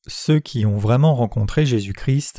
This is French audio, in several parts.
Ceux qui ont vraiment rencontré Jésus-Christ.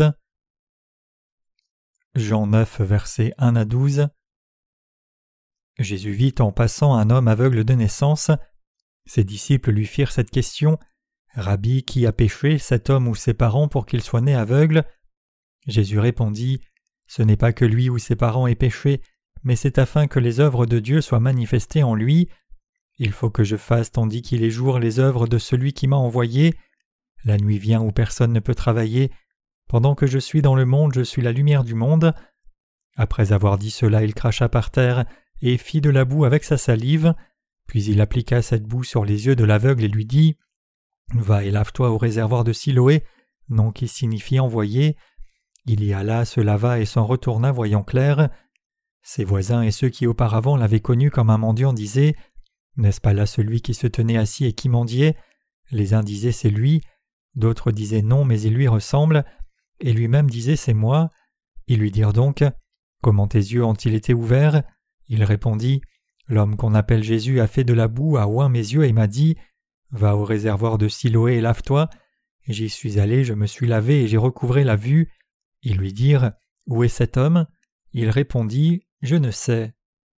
Jean 9, versets 1 à 12. Jésus vit en passant un homme aveugle de naissance. Ses disciples lui firent cette question : « Rabbi, qui a péché, cet homme ou ses parents, pour qu'il soit né aveugle ?» Jésus répondit : « Ce n'est pas que lui ou ses parents aient péché, mais c'est afin que les œuvres de Dieu soient manifestées en lui. Il faut que je fasse tandis qu'il est jour les œuvres de celui qui m'a envoyé. La nuit vient où personne ne peut travailler. Pendant que je suis dans le monde, je suis la lumière du monde. » Après avoir dit cela, il cracha par terre et fit de la boue avec sa salive. Puis il appliqua cette boue sur les yeux de l'aveugle et lui dit : « Va et lave-toi au réservoir de Siloé, nom qui signifie envoyé. » Il y alla, se lava et s'en retourna voyant clair. Ses voisins et ceux qui auparavant l'avaient connu comme un mendiant disaient : « N'est-ce pas là celui qui se tenait assis et qui mendiait ? » Les uns disaient : « C'est lui », d'autres disaient : « Non, mais il lui ressemble », et lui-même disait : « C'est moi ». Ils lui dirent donc : « Comment tes yeux ont-ils été ouverts ?» Il répondit : « L'homme qu'on appelle Jésus a fait de la boue, a oint mes yeux et m'a dit : « Va au réservoir de Siloé et lave-toi. » J'y suis allé, je me suis lavé et j'ai recouvré la vue. Ils lui dirent : « Où est cet homme ?» Il répondit : « Je ne sais. »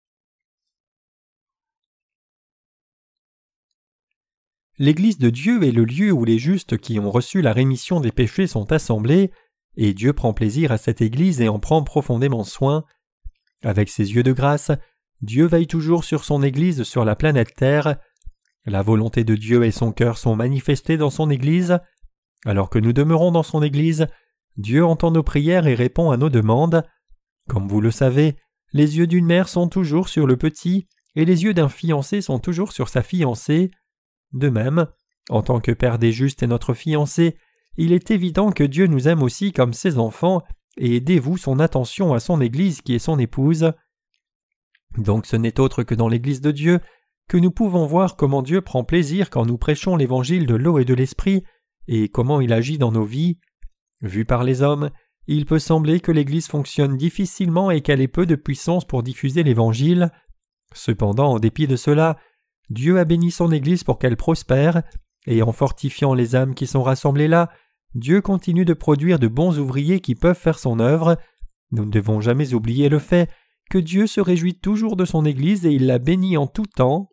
L'Église de Dieu est le lieu où les justes qui ont reçu la rémission des péchés sont assemblés, et Dieu prend plaisir à cette Église et en prend profondément soin. Avec ses yeux de grâce, Dieu veille toujours sur son Église sur la planète Terre. La volonté de Dieu et son cœur sont manifestés dans son Église. Alors que nous demeurons dans son Église, Dieu entend nos prières et répond à nos demandes. Comme vous le savez, les yeux d'une mère sont toujours sur le petit, et les yeux d'un fiancé sont toujours sur sa fiancée. De même, en tant que Père des justes et notre fiancé, il est évident que Dieu nous aime aussi comme ses enfants et dévoue son attention à son Église qui est son épouse. Donc ce n'est autre que dans l'Église de Dieu que nous pouvons voir comment Dieu prend plaisir quand nous prêchons l'Évangile de l'eau et de l'Esprit et comment il agit dans nos vies. Vu par les hommes, il peut sembler que l'Église fonctionne difficilement et qu'elle ait peu de puissance pour diffuser l'Évangile. Cependant, en dépit de cela, Dieu a béni son Église pour qu'elle prospère, et en fortifiant les âmes qui sont rassemblées là, Dieu continue de produire de bons ouvriers qui peuvent faire son œuvre. Nous ne devons jamais oublier le fait que Dieu se réjouit toujours de son Église et il la bénit en tout temps.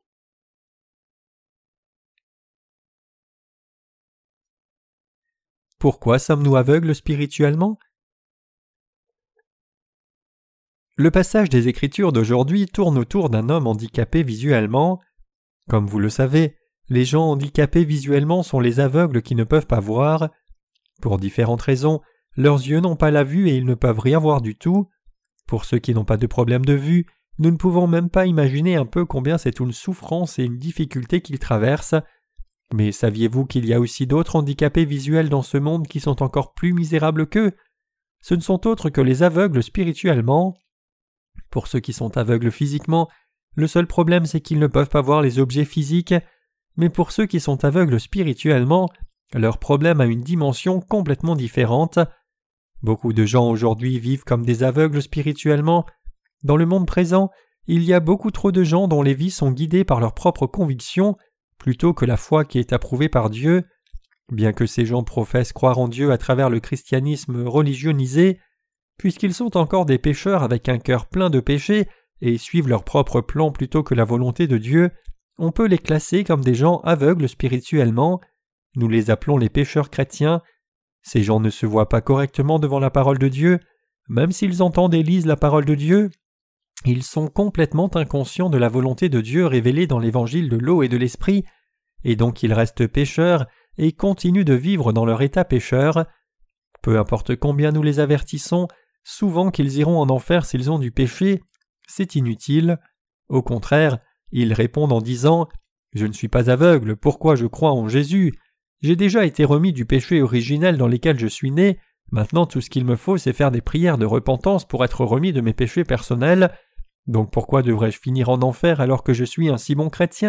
Pourquoi sommes-nous aveugles spirituellement ? Le passage des Écritures d'aujourd'hui tourne autour d'un homme handicapé visuellement. Comme vous le savez, les gens handicapés visuellement sont les aveugles qui ne peuvent pas voir. Pour différentes raisons, leurs yeux n'ont pas la vue et ils ne peuvent rien voir du tout. Pour ceux qui n'ont pas de problème de vue, nous ne pouvons même pas imaginer un peu combien c'est une souffrance et une difficulté qu'ils traversent. Mais saviez-vous qu'il y a aussi d'autres handicapés visuels dans ce monde qui sont encore plus misérables qu'eux ? Ce ne sont autres que les aveugles spirituellement. Pour ceux qui sont aveugles physiquement, le seul problème c'est qu'ils ne peuvent pas voir les objets physiques, mais pour ceux qui sont aveugles spirituellement, leur problème a une dimension complètement différente. Beaucoup de gens aujourd'hui vivent comme des aveugles spirituellement. Dans le monde présent, il y a beaucoup trop de gens dont les vies sont guidées par leurs propres convictions, plutôt que la foi qui est approuvée par Dieu. Bien que ces gens professent croire en Dieu à travers le christianisme religionisé, puisqu'ils sont encore des pécheurs avec un cœur plein de péchés et suivent leur propre plan plutôt que la volonté de Dieu, on peut les classer comme des gens aveugles spirituellement. Nous les appelons les pécheurs chrétiens. Ces gens ne se voient pas correctement devant la parole de Dieu. Même s'ils entendent et lisent la parole de Dieu, ils sont complètement inconscients de la volonté de Dieu révélée dans l'évangile de l'eau et de l'esprit, et donc ils restent pécheurs et continuent de vivre dans leur état pécheur. Peu importe combien nous les avertissons, souvent qu'ils iront en enfer s'ils ont du péché, c'est inutile. Au contraire, ils répondent en disant « Je ne suis pas aveugle, pourquoi je crois en Jésus ? J'ai déjà été remis du péché originel dans lequel je suis né, maintenant tout ce qu'il me faut c'est faire des prières de repentance pour être remis de mes péchés personnels, donc pourquoi devrais-je finir en enfer alors que je suis un si bon chrétien ?»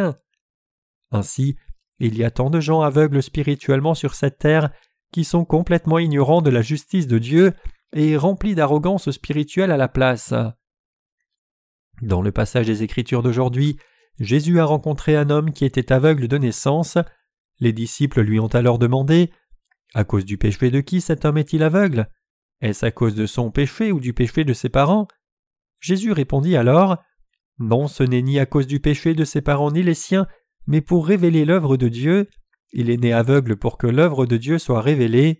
Ainsi, il y a tant de gens aveugles spirituellement sur cette terre qui sont complètement ignorants de la justice de Dieu et remplis d'arrogance spirituelle à la place. Dans le passage des Écritures d'aujourd'hui, Jésus a rencontré un homme qui était aveugle de naissance. Les disciples lui ont alors demandé : « À cause du péché de qui cet homme est-il aveugle? Est-ce à cause de son péché ou du péché de ses parents? Jésus répondit alors: Non, ce n'est ni à cause du péché de ses parents ni les siens, mais pour révéler l'œuvre de Dieu. Il est né aveugle pour que l'œuvre de Dieu soit révélée.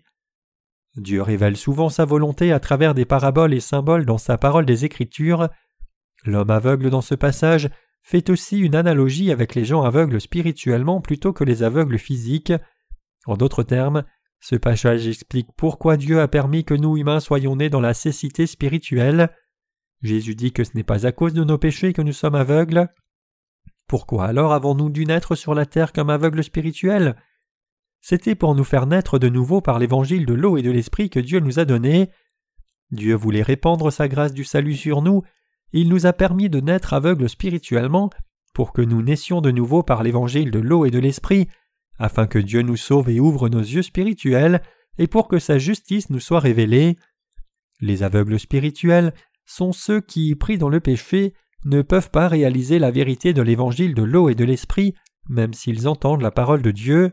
Dieu révèle souvent sa volonté à travers des paraboles et symboles dans sa parole des Écritures. L'homme aveugle dans ce passage fait aussi une analogie avec les gens aveugles spirituellement plutôt que les aveugles physiques. En d'autres termes, ce passage explique pourquoi Dieu a permis que nous humains soyons nés dans la cécité spirituelle. Jésus dit que ce n'est pas à cause de nos péchés que nous sommes aveugles. Pourquoi alors avons-nous dû naître sur la terre comme aveugles spirituels? C'était pour nous faire naître de nouveau par l'évangile de l'eau et de l'esprit que Dieu nous a donné. Dieu voulait répandre sa grâce du salut sur nous. Il nous a permis de naître aveugles spirituellement pour que nous naissions de nouveau par l'évangile de l'eau et de l'esprit, afin que Dieu nous sauve et ouvre nos yeux spirituels et pour que sa justice nous soit révélée. Les aveugles spirituels sont ceux qui, pris dans le péché, ne peuvent pas réaliser la vérité de l'évangile de l'eau et de l'esprit, même s'ils entendent la parole de Dieu.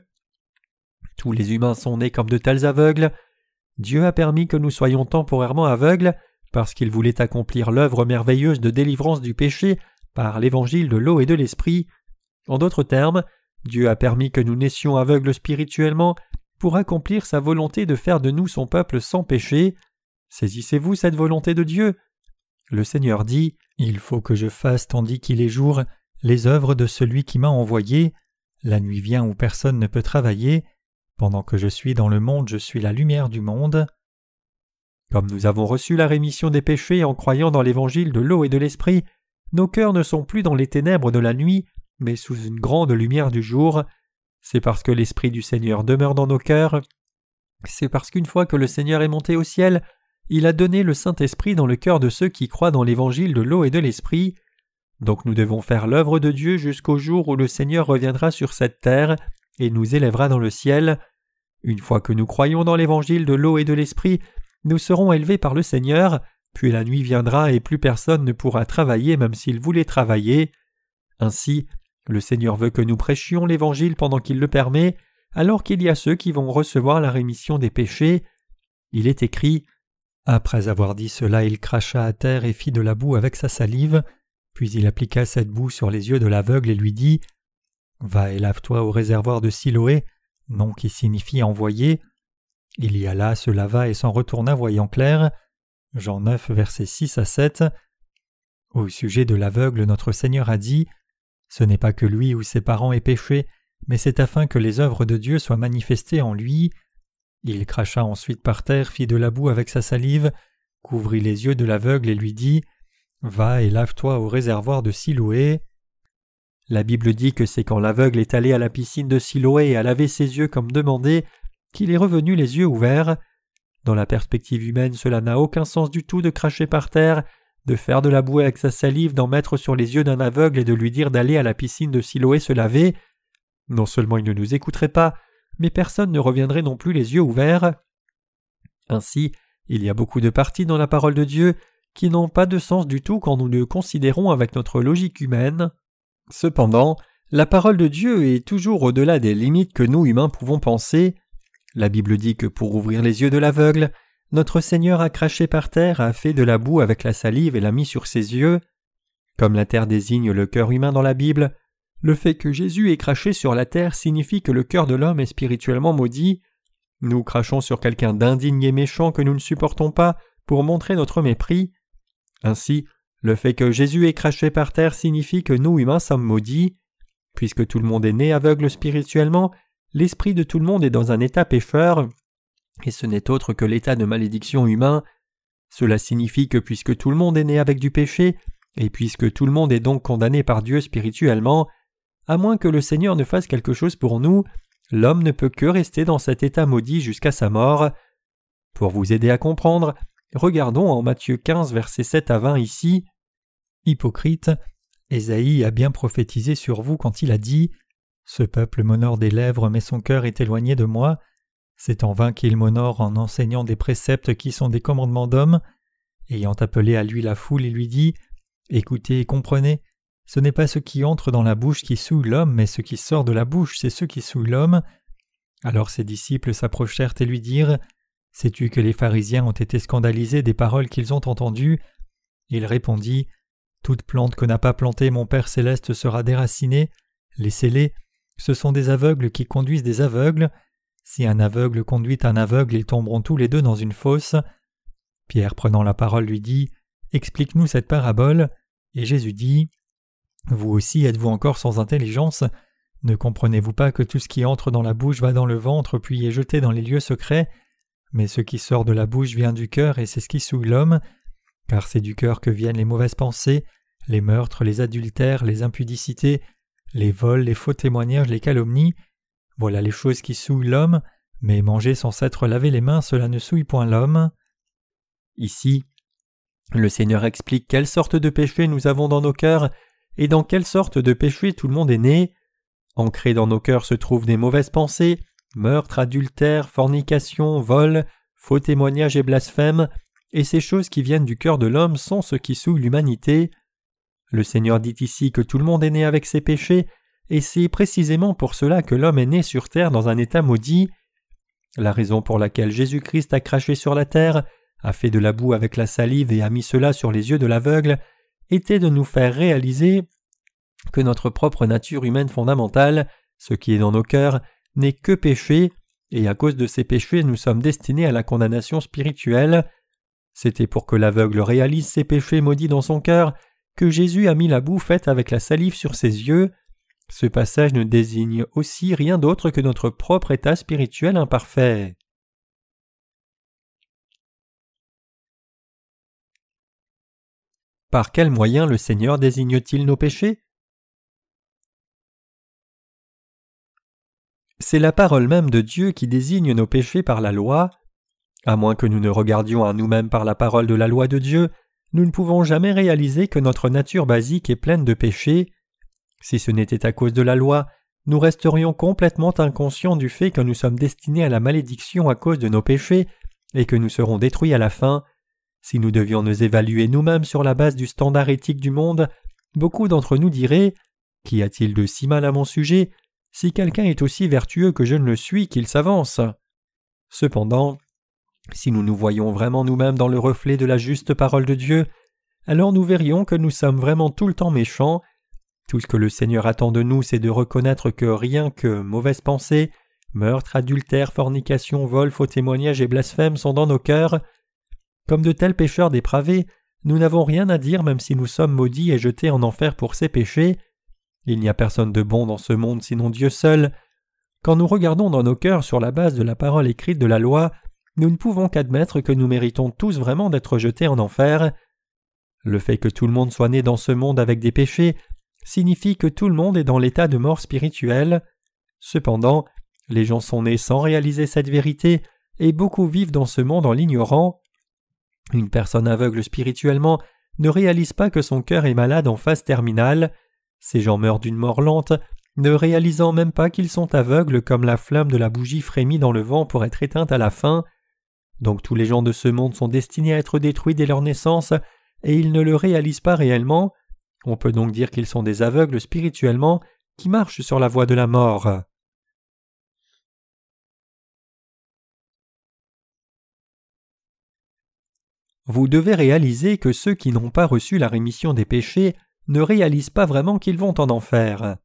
Tous les humains sont nés comme de tels aveugles. Dieu a permis que nous soyons temporairement aveugles parce qu'il voulait accomplir l'œuvre merveilleuse de délivrance du péché par l'évangile de l'eau et de l'esprit. En d'autres termes, Dieu a permis que nous naissions aveugles spirituellement pour accomplir sa volonté de faire de nous son peuple sans péché. Saisissez-vous cette volonté de Dieu? Le Seigneur dit: « Il faut que je fasse tandis qu'il est jour les œuvres de celui qui m'a envoyé. La nuit vient où personne ne peut travailler. Pendant que je suis dans le monde, je suis la lumière du monde. » Comme nous avons reçu la rémission des péchés en croyant dans l'évangile de l'eau et de l'esprit, nos cœurs ne sont plus dans les ténèbres de la nuit, mais sous une grande lumière du jour. C'est parce que l'Esprit du Seigneur demeure dans nos cœurs. C'est parce qu'une fois que le Seigneur est monté au ciel, il a donné le Saint-Esprit dans le cœur de ceux qui croient dans l'évangile de l'eau et de l'esprit. Donc nous devons faire l'œuvre de Dieu jusqu'au jour où le Seigneur reviendra sur cette terre et nous élèvera dans le ciel. Une fois que nous croyons dans l'évangile de l'eau et de l'esprit, nous serons élevés par le Seigneur, puis la nuit viendra et plus personne ne pourra travailler même s'il voulait travailler. Ainsi, le Seigneur veut que nous prêchions l'évangile pendant qu'il le permet, alors qu'il y a ceux qui vont recevoir la rémission des péchés. Il est écrit: « Après avoir dit cela, il cracha à terre et fit de la boue avec sa salive, puis il appliqua cette boue sur les yeux de l'aveugle et lui dit: « Va et lave-toi au réservoir de Siloé, nom qui signifie envoyé. » Il y alla, se lava et s'en retourna voyant clair. Jean 9, versets 6 à 7. Au sujet de l'aveugle, notre Seigneur a dit: « Ce n'est pas que lui ou ses parents aient péché, mais c'est afin que les œuvres de Dieu soient manifestées en lui. » Il cracha ensuite par terre, fit de la boue avec sa salive, couvrit les yeux de l'aveugle et lui dit: « Va et lave-toi au réservoir de Siloé. » La Bible dit que c'est quand l'aveugle est allé à la piscine de Siloé et a lavé ses yeux comme demandé qu'il est revenu les yeux ouverts. Dans la perspective humaine, cela n'a aucun sens du tout de cracher par terre, de faire de la boue avec sa salive, d'en mettre sur les yeux d'un aveugle et de lui dire d'aller à la piscine de Siloé se laver. Non seulement il ne nous écouterait pas, mais personne ne reviendrait non plus les yeux ouverts. Ainsi, il y a beaucoup de parties dans la parole de Dieu qui n'ont pas de sens du tout quand nous le considérons avec notre logique humaine. Cependant, la parole de Dieu est toujours au-delà des limites que nous humains pouvons penser. La Bible dit que pour ouvrir les yeux de l'aveugle, notre Seigneur a craché par terre, a fait de la boue avec la salive et l'a mis sur ses yeux. Comme la terre désigne le cœur humain dans la Bible, le fait que Jésus ait craché sur la terre signifie que le cœur de l'homme est spirituellement maudit. Nous crachons sur quelqu'un d'indigne et méchant que nous ne supportons pas pour montrer notre mépris. Ainsi, le fait que Jésus ait craché par terre signifie que nous humains sommes maudits. Puisque tout le monde est né aveugle spirituellement, l'esprit de tout le monde est dans un état pécheur, et ce n'est autre que l'état de malédiction humain. Cela signifie que puisque tout le monde est né avec du péché, et puisque tout le monde est donc condamné par Dieu spirituellement, à moins que le Seigneur ne fasse quelque chose pour nous, l'homme ne peut que rester dans cet état maudit jusqu'à sa mort. Pour vous aider à comprendre, regardons en Matthieu 15, versets 7 à 20 ici. « Hypocrite, Ésaïe a bien prophétisé sur vous quand il a dit: « Ce peuple m'honore des lèvres, mais son cœur est éloigné de moi. C'est en vain qu'il m'honore en enseignant des préceptes qui sont des commandements d'hommes. » Ayant appelé à lui la foule, il lui dit: « Écoutez et comprenez, ce n'est pas ce qui entre dans la bouche qui souille l'homme, mais ce qui sort de la bouche, c'est ce qui souille l'homme. Alors ses disciples s'approchèrent et lui dirent « Sais-tu que les pharisiens ont été scandalisés des paroles qu'ils ont entendues ?» Il répondit « Toute plante que n'a pas plantée mon Père céleste sera déracinée. Laissez-les, ce sont des aveugles qui conduisent des aveugles. Si un aveugle conduit un aveugle, ils tomberont tous les deux dans une fosse. » Pierre, prenant la parole, lui dit « Explique-nous cette parabole. » Et Jésus dit « Vous aussi êtes-vous encore sans intelligence ? Ne comprenez-vous pas que tout ce qui entre dans la bouche va dans le ventre puis est jeté dans les lieux secrets ? Mais ce qui sort de la bouche vient du cœur et c'est ce qui souille l'homme. Car c'est du cœur que viennent les mauvaises pensées, les meurtres, les adultères, les impudicités, les vols, les faux témoignages, les calomnies. Voilà les choses qui souillent l'homme, mais manger sans s'être lavé les mains, cela ne souille point l'homme. » Ici, le Seigneur explique quelle sorte de péché nous avons dans nos cœurs et dans quelle sorte de péché tout le monde est né. Ancrés dans nos cœurs se trouvent des mauvaises pensées, meurtres, adultères, fornication, vol, faux témoignages et blasphèmes, et ces choses qui viennent du cœur de l'homme sont ce qui souille l'humanité. Le Seigneur dit ici que tout le monde est né avec ses péchés, et c'est précisément pour cela que l'homme est né sur terre dans un état maudit. La raison pour laquelle Jésus-Christ a craché sur la terre, a fait de la boue avec la salive et a mis cela sur les yeux de l'aveugle, était de nous faire réaliser que notre propre nature humaine fondamentale, ce qui est dans nos cœurs, n'est que péché, et à cause de ces péchés nous sommes destinés à la condamnation spirituelle. C'était pour que l'aveugle réalise ses péchés maudits dans son cœur que Jésus a mis la boue faite avec la salive sur ses yeux. Ce passage ne désigne aussi rien d'autre que notre propre état spirituel imparfait. Par quel moyen le Seigneur désigne-t-il nos péchés ? C'est la parole même de Dieu qui désigne nos péchés par la loi. À moins que nous ne regardions à nous-mêmes par la parole de la loi de Dieu, nous ne pouvons jamais réaliser que notre nature basique est pleine de péchés. Si ce n'était à cause de la loi, nous resterions complètement inconscients du fait que nous sommes destinés à la malédiction à cause de nos péchés et que nous serons détruits à la fin. Si nous devions nous évaluer nous-mêmes sur la base du standard éthique du monde, beaucoup d'entre nous diraient « Qu'y a-t-il de si mal à mon sujet ? Si quelqu'un est aussi vertueux que je ne le suis, qu'il s'avance. » Cependant, si nous nous voyons vraiment nous-mêmes dans le reflet de la juste parole de Dieu, alors nous verrions que nous sommes vraiment tout le temps méchants. Tout ce que le Seigneur attend de nous, c'est de reconnaître que rien que mauvaises pensées, meurtres, adultères, fornication, vol, faux témoignages et blasphèmes sont dans nos cœurs. Comme de tels pécheurs dépravés, nous n'avons rien à dire même si nous sommes maudits et jetés en enfer pour ces péchés. Il n'y a personne de bon dans ce monde sinon Dieu seul. Quand nous regardons dans nos cœurs sur la base de la parole écrite de la loi, nous ne pouvons qu'admettre que nous méritons tous vraiment d'être jetés en enfer. Le fait que tout le monde soit né dans ce monde avec des péchés signifie que tout le monde est dans l'état de mort spirituelle. Cependant, les gens sont nés sans réaliser cette vérité et beaucoup vivent dans ce monde en l'ignorant. Une personne aveugle spirituellement ne réalise pas que son cœur est malade en phase terminale. Ces gens meurent d'une mort lente, ne réalisant même pas qu'ils sont aveugles comme la flamme de la bougie frémit dans le vent pour être éteinte à la fin. Donc tous les gens de ce monde sont destinés à être détruits dès leur naissance et ils ne le réalisent pas réellement. On peut donc dire qu'ils sont des aveugles spirituellement qui marchent sur la voie de la mort. Vous devez réaliser que ceux qui n'ont pas reçu la rémission des péchés ne réalisent pas vraiment qu'ils vont en enfer.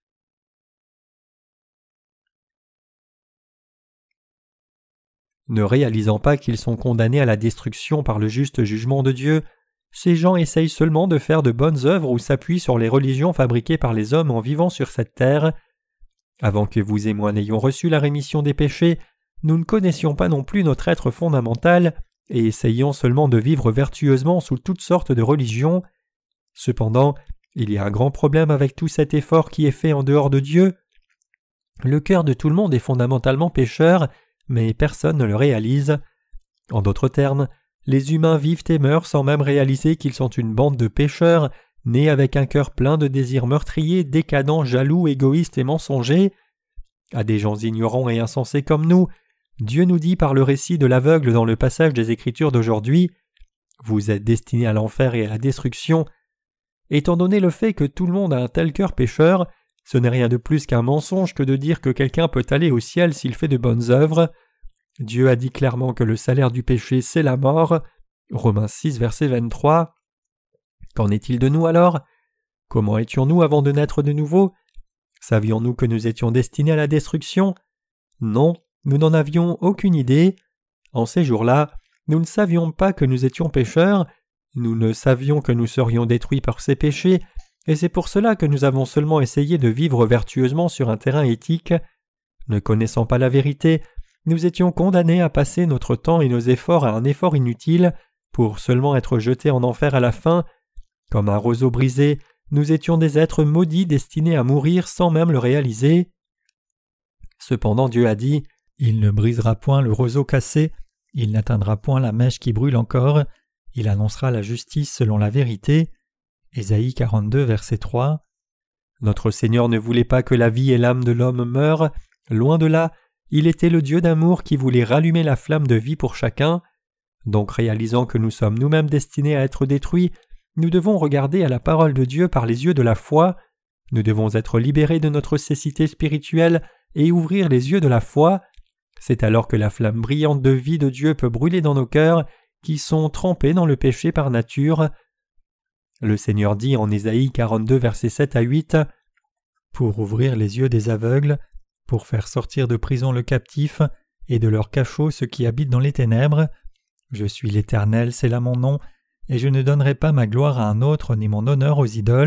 Ne réalisant pas qu'ils sont condamnés à la destruction par le juste jugement de Dieu, ces gens essayent seulement de faire de bonnes œuvres ou s'appuient sur les religions fabriquées par les hommes en vivant sur cette terre. Avant que vous et moi n'ayons reçu la rémission des péchés, nous ne connaissions pas non plus notre être fondamental et essayions seulement de vivre vertueusement sous toutes sortes de religions. Cependant, il y a un grand problème avec tout cet effort qui est fait en dehors de Dieu. Le cœur de tout le monde est fondamentalement pécheur, mais personne ne le réalise. En d'autres termes, les humains vivent et meurent sans même réaliser qu'ils sont une bande de pécheurs, nés avec un cœur plein de désirs meurtriers, décadents, jaloux, égoïstes et mensongers. À des gens ignorants et insensés comme nous, Dieu nous dit par le récit de l'aveugle dans le passage des Écritures d'aujourd'hui « Vous êtes destinés à l'enfer et à la destruction ». Étant donné le fait que tout le monde a un tel cœur pécheur, Ce n'est rien de plus qu'un mensonge que de dire que quelqu'un peut aller au ciel s'il fait de bonnes œuvres. Dieu a dit clairement que le salaire du péché, c'est la mort. Romains 6, verset 23. Qu'en est-il de nous alors? Comment étions-nous avant de naître de nouveau? Savions-nous que nous étions destinés à la destruction? Non, nous n'en avions aucune idée. En ces jours-là, nous ne savions pas que nous étions pécheurs, nous ne savions que nous serions détruits par ces péchés, et c'est pour cela que nous avons seulement essayé de vivre vertueusement sur un terrain éthique. Ne connaissant pas la vérité, nous étions condamnés à passer notre temps et nos efforts à un effort inutile pour seulement être jetés en enfer à la fin. Comme un roseau brisé, nous étions des êtres maudits destinés à mourir sans même le réaliser. Cependant Dieu a dit « Il ne brisera point le roseau cassé, il n'atteindra point la mèche qui brûle encore, il annoncera la justice selon la vérité. » Ésaïe 42, verset 3. Notre Seigneur ne voulait pas que la vie et l'âme de l'homme meurent, loin de là, il était le Dieu d'amour qui voulait rallumer la flamme de vie pour chacun. Donc réalisant que nous sommes nous-mêmes destinés à être détruits, nous devons regarder à la parole de Dieu par les yeux de la foi, nous devons être libérés de notre cécité spirituelle et ouvrir les yeux de la foi. C'est alors que la flamme brillante de vie de Dieu peut brûler dans nos cœurs qui sont trempés dans le péché par nature. Le Seigneur dit en Ésaïe 42, versets 7 à 8 « Pour ouvrir les yeux des aveugles, pour faire sortir de prison le captif, et de leur cachot ceux qui habitent dans les ténèbres. Je suis l'Éternel, c'est là mon nom, et je ne donnerai pas ma gloire à un autre ni mon honneur aux idoles. »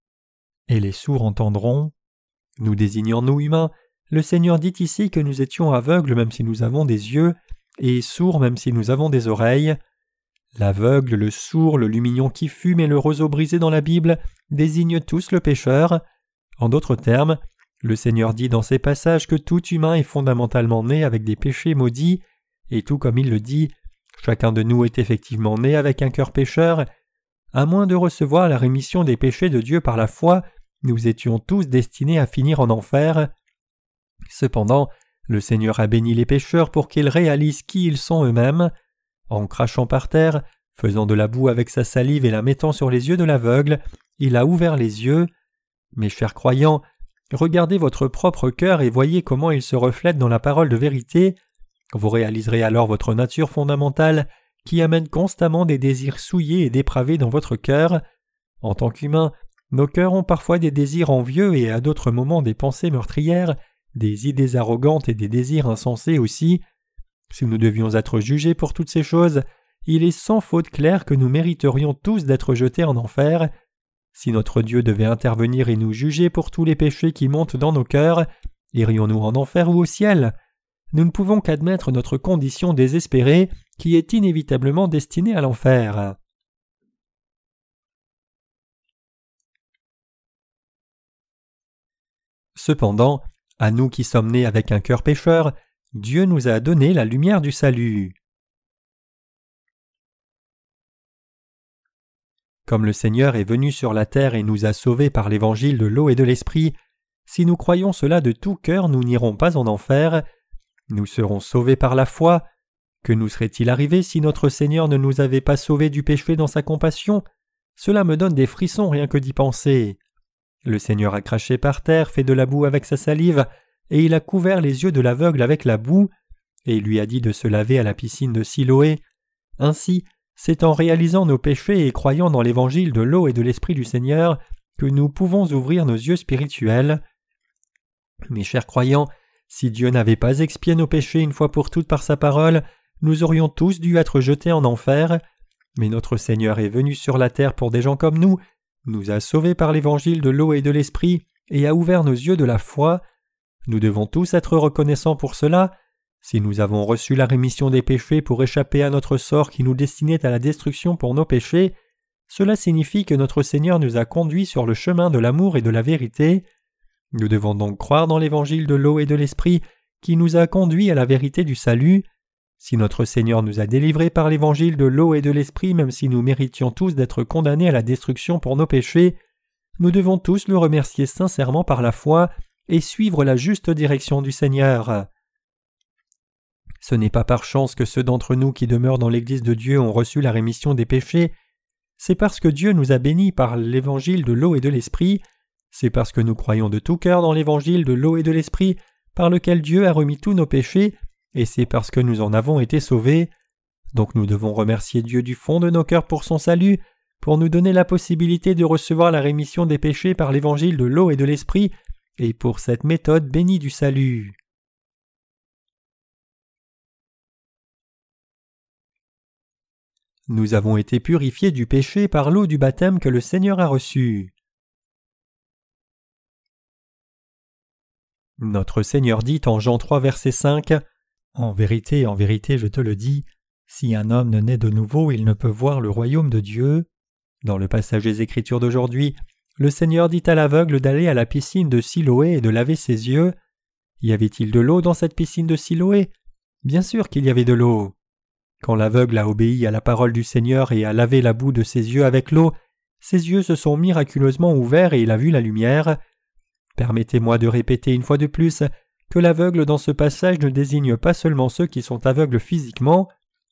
Et les sourds entendront. Nous désignons nous humains, le Seigneur dit ici que nous étions aveugles même si nous avons des yeux, et sourds même si nous avons des oreilles. L'aveugle, le sourd, le lumignon qui fume et le roseau brisé dans la Bible désignent tous le pécheur. En d'autres termes, le Seigneur dit dans ces passages que tout humain est fondamentalement né avec des péchés maudits, et tout comme il le dit, chacun de nous est effectivement né avec un cœur pécheur. À moins de recevoir la rémission des péchés de Dieu par la foi, nous étions tous destinés à finir en enfer. Cependant, le Seigneur a béni les pécheurs pour qu'ils réalisent qui ils sont eux-mêmes. En crachant par terre, faisant de la boue avec sa salive et la mettant sur les yeux de l'aveugle, il a ouvert les yeux. Mes chers croyants, regardez votre propre cœur et voyez comment il se reflète dans la parole de vérité. Vous réaliserez alors votre nature fondamentale qui amène constamment des désirs souillés et dépravés dans votre cœur. En tant qu'humains, nos cœurs ont parfois des désirs envieux et à d'autres moments des pensées meurtrières, des idées arrogantes et des désirs insensés aussi. Si nous devions être jugés pour toutes ces choses, il est sans faute clair que nous mériterions tous d'être jetés en enfer. Si notre Dieu devait intervenir et nous juger pour tous les péchés qui montent dans nos cœurs, irions-nous en enfer ou au ciel? Nous ne pouvons qu'admettre notre condition désespérée qui est inévitablement destinée à l'enfer. Cependant, à nous qui sommes nés avec un cœur pécheur, Dieu nous a donné la lumière du salut. Comme le Seigneur est venu sur la terre et nous a sauvés par l'évangile de l'eau et de l'esprit, si nous croyons cela de tout cœur, nous n'irons pas en enfer. Nous serons sauvés par la foi. Que nous serait-il arrivé si notre Seigneur ne nous avait pas sauvés du péché dans sa compassion? Cela me donne des frissons rien que d'y penser. Le Seigneur a craché par terre, fait de la boue avec sa salive, et il a couvert les yeux de l'aveugle avec la boue, et il lui a dit de se laver à la piscine de Siloé. Ainsi, c'est en réalisant nos péchés et croyant dans l'évangile de l'eau et de l'esprit du Seigneur que nous pouvons ouvrir nos yeux spirituels. Mes chers croyants, si Dieu n'avait pas expié nos péchés une fois pour toutes par sa parole, nous aurions tous dû être jetés en enfer. Mais notre Seigneur est venu sur la terre pour des gens comme nous a sauvés par l'évangile de l'eau et de l'esprit et a ouvert nos yeux de la foi. Nous devons tous être reconnaissants pour cela. Si nous avons reçu la rémission des péchés pour échapper à notre sort qui nous destinait à la destruction pour nos péchés, cela signifie que notre Seigneur nous a conduits sur le chemin de l'amour et de la vérité. Nous devons donc croire dans l'évangile de l'eau et de l'esprit qui nous a conduits à la vérité du salut. Si notre Seigneur nous a délivrés par l'évangile de l'eau et de l'esprit, même si nous méritions tous d'être condamnés à la destruction pour nos péchés, nous devons tous le remercier sincèrement par la foi et suivre la juste direction du Seigneur. Ce n'est pas par chance que ceux d'entre nous qui demeurent dans l'Église de Dieu ont reçu la rémission des péchés, c'est parce que Dieu nous a bénis par l'évangile de l'eau et de l'esprit, c'est parce que nous croyons de tout cœur dans l'évangile de l'eau et de l'esprit, par lequel Dieu a remis tous nos péchés, et c'est parce que nous en avons été sauvés. Donc nous devons remercier Dieu du fond de nos cœurs pour son salut, pour nous donner la possibilité de recevoir la rémission des péchés par l'évangile de l'eau et de l'esprit, et pour cette méthode bénie du salut. Nous avons été purifiés du péché par l'eau du baptême que le Seigneur a reçu. Notre Seigneur dit en Jean 3, verset 5 : « En vérité, je te le dis, si un homme ne naît de nouveau, il ne peut voir le royaume de Dieu. » Dans le passage des Écritures d'aujourd'hui, le Seigneur dit à l'aveugle d'aller à la piscine de Siloé et de laver ses yeux. Y avait-il de l'eau dans cette piscine de Siloé ? Bien sûr qu'il y avait de l'eau. Quand l'aveugle a obéi à la parole du Seigneur et a lavé la boue de ses yeux avec l'eau, ses yeux se sont miraculeusement ouverts et il a vu la lumière. Permettez-moi de répéter une fois de plus que l'aveugle dans ce passage ne désigne pas seulement ceux qui sont aveugles physiquement.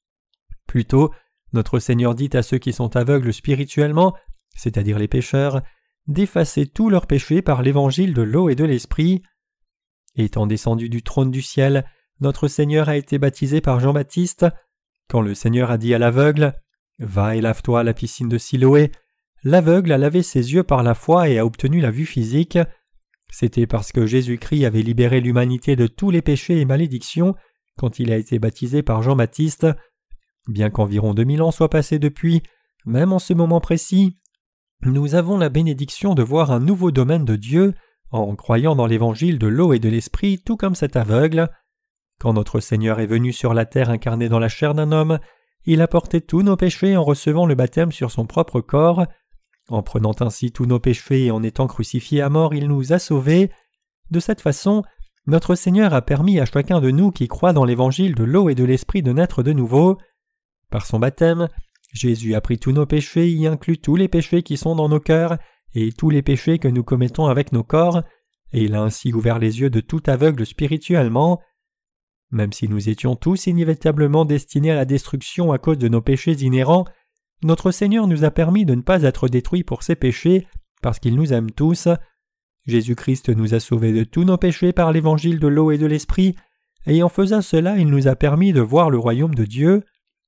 Plutôt, notre Seigneur dit à ceux qui sont aveugles spirituellement, c'est-à-dire les pécheurs, d'effacer tous leurs péchés par l'évangile de l'eau et de l'esprit. Étant descendu du trône du ciel, notre Seigneur a été baptisé par Jean-Baptiste. Quand le Seigneur a dit à l'aveugle « Va et lave-toi à la piscine de Siloé », l'aveugle a lavé ses yeux par la foi et a obtenu la vue physique. C'était parce que Jésus-Christ avait libéré l'humanité de tous les péchés et malédictions quand il a été baptisé par Jean-Baptiste. Bien qu'environ 2000 ans soient passés depuis, même en ce moment précis, nous avons la bénédiction de voir un nouveau domaine de Dieu en croyant dans l'évangile de l'eau et de l'esprit, tout comme cet aveugle. Quand notre Seigneur est venu sur la terre incarné dans la chair d'un homme, il a porté tous nos péchés en recevant le baptême sur son propre corps. En prenant ainsi tous nos péchés et en étant crucifié à mort, il nous a sauvés. De cette façon, notre Seigneur a permis à chacun de nous qui croit dans l'évangile de l'eau et de l'esprit de naître de nouveau. Par son baptême, Jésus a pris tous nos péchés, y inclut tous les péchés qui sont dans nos cœurs et tous les péchés que nous commettons avec nos corps, et il a ainsi ouvert les yeux de tout aveugle spirituellement. Même si nous étions tous inévitablement destinés à la destruction à cause de nos péchés inhérents, notre Seigneur nous a permis de ne pas être détruits pour ces péchés, parce qu'il nous aime tous. Jésus-Christ nous a sauvés de tous nos péchés par l'évangile de l'eau et de l'esprit, et en faisant cela, il nous a permis de voir le royaume de Dieu.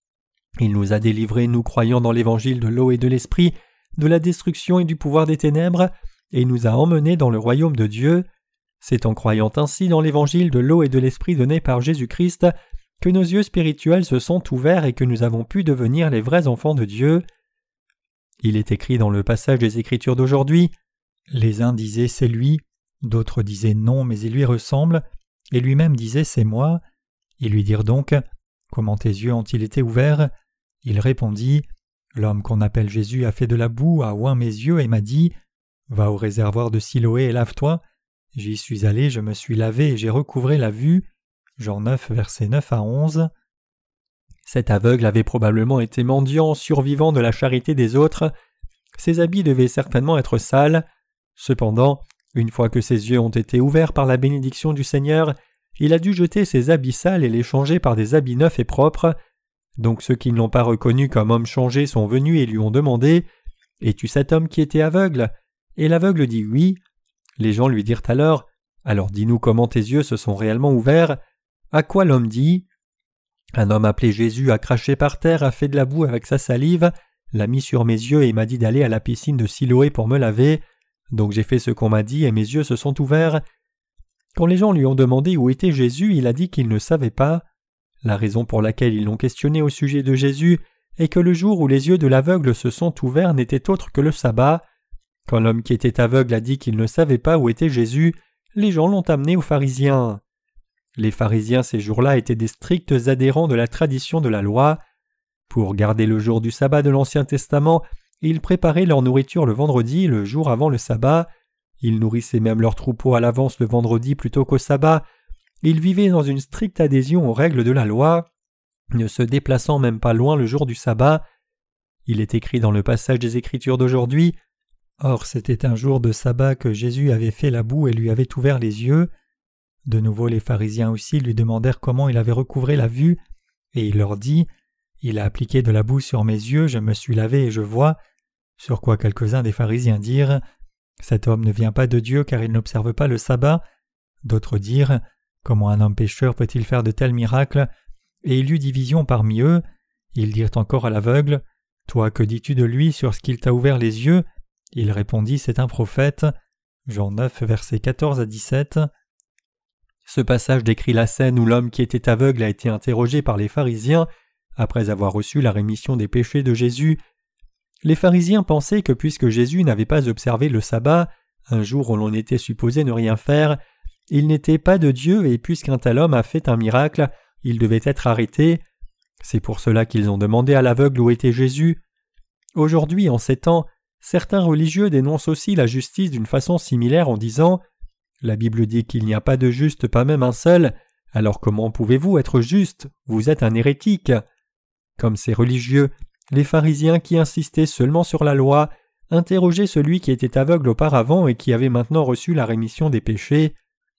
Il nous a délivrés, nous croyant dans l'évangile de l'eau et de l'esprit, de la destruction et du pouvoir des ténèbres, et nous a emmenés dans le royaume de Dieu. C'est en croyant ainsi dans l'évangile de l'eau et de l'esprit donné par Jésus-Christ que nos yeux spirituels se sont ouverts et que nous avons pu devenir les vrais enfants de Dieu. Il est écrit dans le passage des Écritures d'aujourd'hui, « Les uns disaient « c'est lui », d'autres disaient « non, mais il lui ressemble », et lui-même disait « c'est moi ». Ils lui dirent donc « Comment tes yeux ont-ils été ouverts ?» Il répondit « L'homme qu'on appelle Jésus a fait de la boue, a oint mes yeux et m'a dit « Va au réservoir de Siloé et lave-toi ». J'y suis allé, je me suis lavé et j'ai recouvré la vue. » Jean 9, versets 9 à 11. Cet aveugle avait probablement été mendiant, survivant de la charité des autres. Ses habits devaient certainement être sales. Cependant, une fois que ses yeux ont été ouverts par la bénédiction du Seigneur, il a dû jeter ses habits sales et les changer par des habits neufs et propres. Donc ceux qui ne l'ont pas reconnu comme homme changé sont venus et lui ont demandé « Es-tu cet homme qui était aveugle ?» Et l'aveugle dit « Oui ». Les gens lui dirent alors « Alors dis-nous comment tes yeux se sont réellement ouverts ?» À quoi l'homme dit « Un homme appelé Jésus a craché par terre, a fait de la boue avec sa salive, l'a mis sur mes yeux et m'a dit d'aller à la piscine de Siloé pour me laver. Donc j'ai fait ce qu'on m'a dit et mes yeux se sont ouverts. » Quand les gens lui ont demandé où était Jésus, il a dit qu'il ne savait pas. La raison pour laquelle ils l'ont questionné au sujet de Jésus est que le jour où les yeux de l'aveugle se sont ouverts n'était autre que le sabbat. Quand l'homme qui était aveugle a dit qu'il ne savait pas où était Jésus, les gens l'ont amené aux pharisiens. Les pharisiens ces jours-là étaient des stricts adhérents de la tradition de la loi. Pour garder le jour du sabbat de l'Ancien Testament, ils préparaient leur nourriture le vendredi, le jour avant le sabbat. Ils nourrissaient même leurs troupeaux à l'avance le vendredi plutôt qu'au sabbat. Ils vivaient dans une stricte adhésion aux règles de la loi, ne se déplaçant même pas loin le jour du sabbat. Il est écrit dans le passage des Écritures d'aujourd'hui « Or c'était un jour de sabbat que Jésus avait fait la boue et lui avait ouvert les yeux. » De nouveau les pharisiens aussi lui demandèrent comment il avait recouvré la vue, et il leur dit « Il a appliqué de la boue sur mes yeux, je me suis lavé et je vois. » Sur quoi quelques-uns des pharisiens dirent Cet homme ne vient pas de Dieu car il n'observe pas le sabbat. D'autres dirent « Comment un homme pécheur peut-il faire de tels miracles ?» Et il y eut division parmi eux. Ils dirent encore à l'aveugle « Toi, que dis-tu de lui sur ce qu'il t'a ouvert les yeux ?» Il répondit « C'est un prophète. » Jean 9, versets 14 à 17. Ce passage décrit la scène où l'homme qui était aveugle a été interrogé par les pharisiens après avoir reçu la rémission des péchés de Jésus. Les pharisiens pensaient que puisque Jésus n'avait pas observé le sabbat, un jour où l'on était supposé ne rien faire, il n'était pas de Dieu et puisqu'un tel homme a fait un miracle, il devait être arrêté. C'est pour cela qu'ils ont demandé à l'aveugle où était Jésus. Aujourd'hui, en ces temps, certains religieux dénoncent aussi la justice d'une façon similaire en disant « La Bible dit qu'il n'y a pas de juste, pas même un seul, alors comment pouvez-vous être juste? Vous êtes un hérétique. » Comme ces religieux, les pharisiens qui insistaient seulement sur la loi interrogeaient celui qui était aveugle auparavant et qui avait maintenant reçu la rémission des péchés.